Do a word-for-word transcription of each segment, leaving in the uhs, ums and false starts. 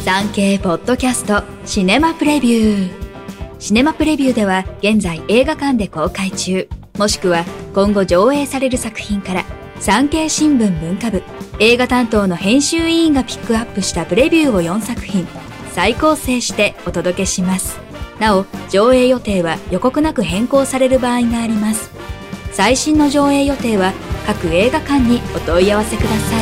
産経ポッドキャストシネマプレビュー。シネマプレビューでは現在映画館で公開中、もしくは今後上映される作品から産経新聞文化部映画担当の編集委員がピックアップしたプレビューをよんさく品再構成してお届けします。なお、上映予定は予告なく変更される場合があります。最新の上映予定は各映画館にお問い合わせください。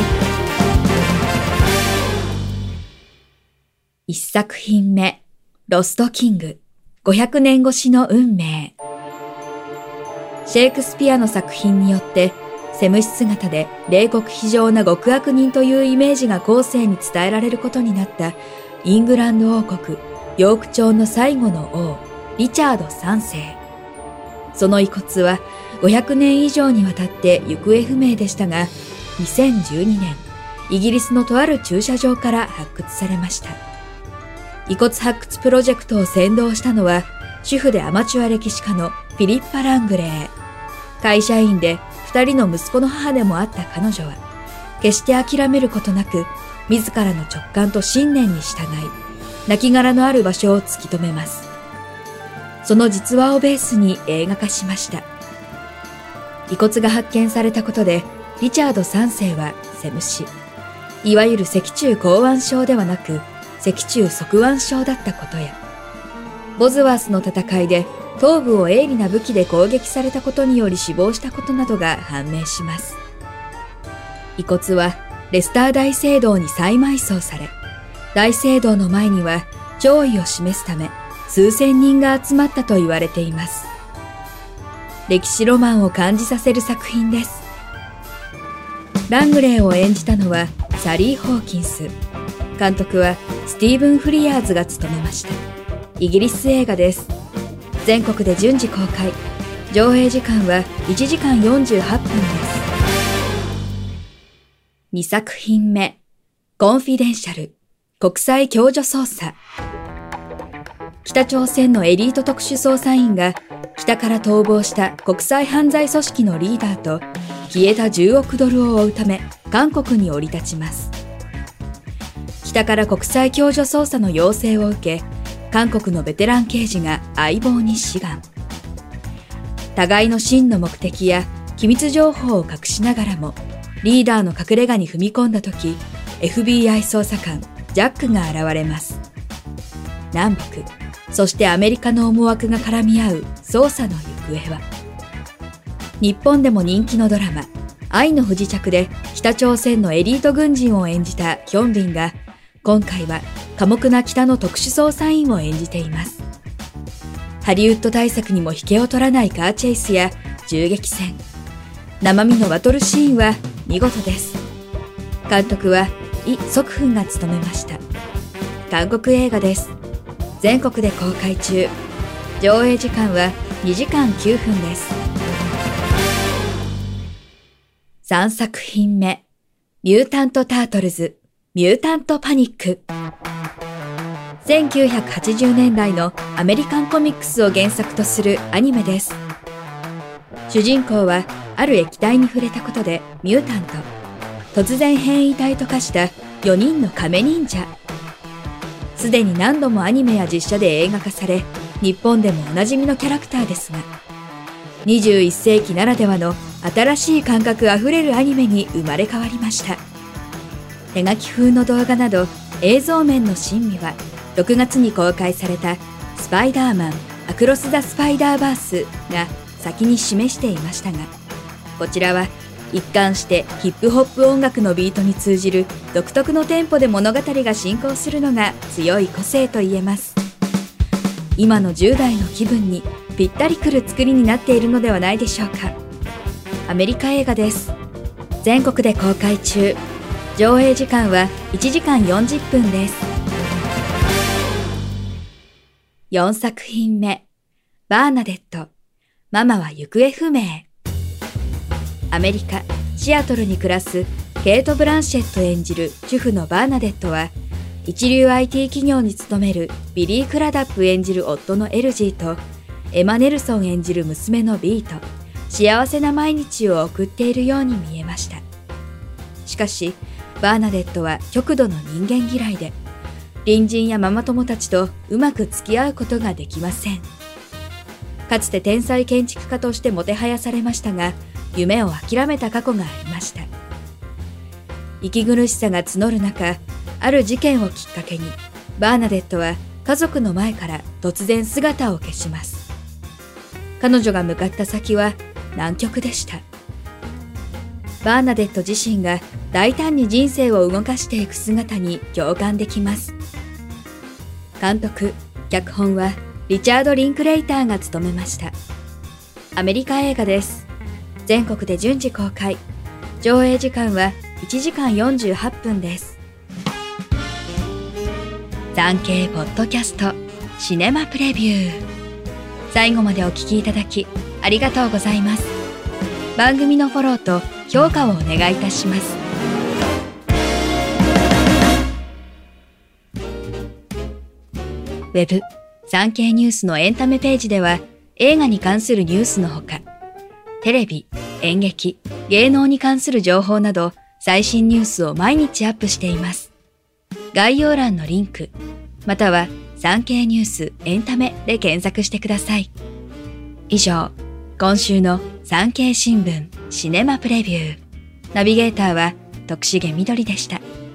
一作品目、ロストキング、ごひゃくねん越しの運命。シェイクスピアの作品によってセムシ姿で冷酷非情な極悪人というイメージが後世に伝えられることになったイングランド王国ヨーク朝の最後の王リチャードさんせい。その遺骨はごひゃくねん以上にわたって行方不明でしたが、にせんじゅうにねんイギリスのとある駐車場から発掘されました。遺骨発掘プロジェクトを先導したのは主婦でアマチュア歴史家のフィリッパ・ラングレー。会社員で二人の息子の母でもあった彼女は決して諦めることなく自らの直感と信念に従い亡骸のある場所を突き止めます。その実話をベースに映画化しました。遺骨が発見されたことでリチャードさんせいはセムシ、いわゆる脊柱口腕症ではなく脊柱側腕症だったことや、ボズワースの戦いで頭部を鋭利な武器で攻撃されたことにより死亡したことなどが判明します。遺骨はレスター大聖堂に再埋葬され、大聖堂の前には弔意を示すため数千人が集まったと言われています。歴史ロマンを感じさせる作品です。ラングレーを演じたのはサリー・ホーキンス。監督はスティーブン・フリアーズが務めました。イギリス映画です。全国で順次公開。上映時間はいちじかんよんじゅうはっぷんです。にさく品目、コンフィデンシャル、国際共助捜査。北朝鮮のエリート特殊捜査員が北から逃亡した国際犯罪組織のリーダーと消えたじゅうおくドルを追うため韓国に降り立ちます。北から国際共助捜査の要請を受け、韓国のベテラン刑事が相棒に志願。互いの真の目的や機密情報を隠しながらもリーダーの隠れ家に踏み込んだ時、 エフビーアイ 捜査官ジャックが現れます。南北そしてアメリカの思惑が絡み合う捜査の行方は。日本でも人気のドラマ愛の不時着で北朝鮮のエリート軍人を演じたヒョンビンが今回は寡黙な北の特殊捜査員を演じています。ハリウッド大作にも引けを取らないカーチェイスや銃撃戦、生身のバトルシーンは見事です。監督はイ・ソクフンが務めました。韓国映画です。全国で公開中。上映時間はにじかんきゅうふんです。さんさく品目、ミュータント・タートルズ、ミュータント・パニック。せんきゅうひゃくはちじゅうねんだいのアメリカンコミックスを原作とするアニメです。主人公はある液体に触れたことでミュータント、突然変異体と化したよにんの亀忍者。すでに何度もアニメや実写で映画化され、日本でもおなじみのキャラクターですが、にじゅういっせいきならではの新しい感覚あふれるアニメに生まれ変わりました。手書き風の動画など映像面の真味はろくがつに公開されたスパイダーマンアクロス・ザ・スパイダーバースが先に示していましたが、こちらは一貫してヒップホップ音楽のビートに通じる独特のテンポで物語が進行するのが強い個性と言えます。今のじゅう代の気分にぴったりくる作りになっているのではないでしょうか。アメリカ映画です。全国で公開中。上映時間はいちじかんよんじゅっぷんです。よんさく品目、バーナデット、ママは行方不明。アメリカ・シアトルに暮らすケイト・ブランシェット演じる主婦のバーナデットは、一流 アイティー 企業に勤めるビリー・クラダップ演じる夫のエルジーと、エマ・ネルソン演じる娘のビーと、幸せな毎日を送っているように見えました。しかし、バーナデットは極度の人間嫌いで、 隣人やママ友たちとうまく付き合うことができません。かつて天才建築家としてもてはやされましたが、夢を諦めた過去がありました。息苦しさが募る中、ある事件をきっかけに、バーナデットは家族の前から突然姿を消します。彼女が向かった先は南極でした。バーナデット自身が大胆に人生を動かしていく姿に共感できます。監督、脚本はリチャード・リンクレイターが務めました。アメリカ映画です。全国で順次公開。上映時間はいちじかんよんじゅうはっぷんです。産経ポッドキャストシネマプレビュー。最後までお聞きいただきありがとうございます。番組のフォローと評価をお願いいたします。ウェブ産経ニュースのエンタメページでは映画に関するニュースのほか、テレビ、演劇、芸能に関する情報など最新ニュースを毎日アップしています。概要欄のリンク、または産経ニュースエンタメで検索してください。以上、今週の産経新聞シネマプレビュー。ナビゲーターは徳重みどりでした。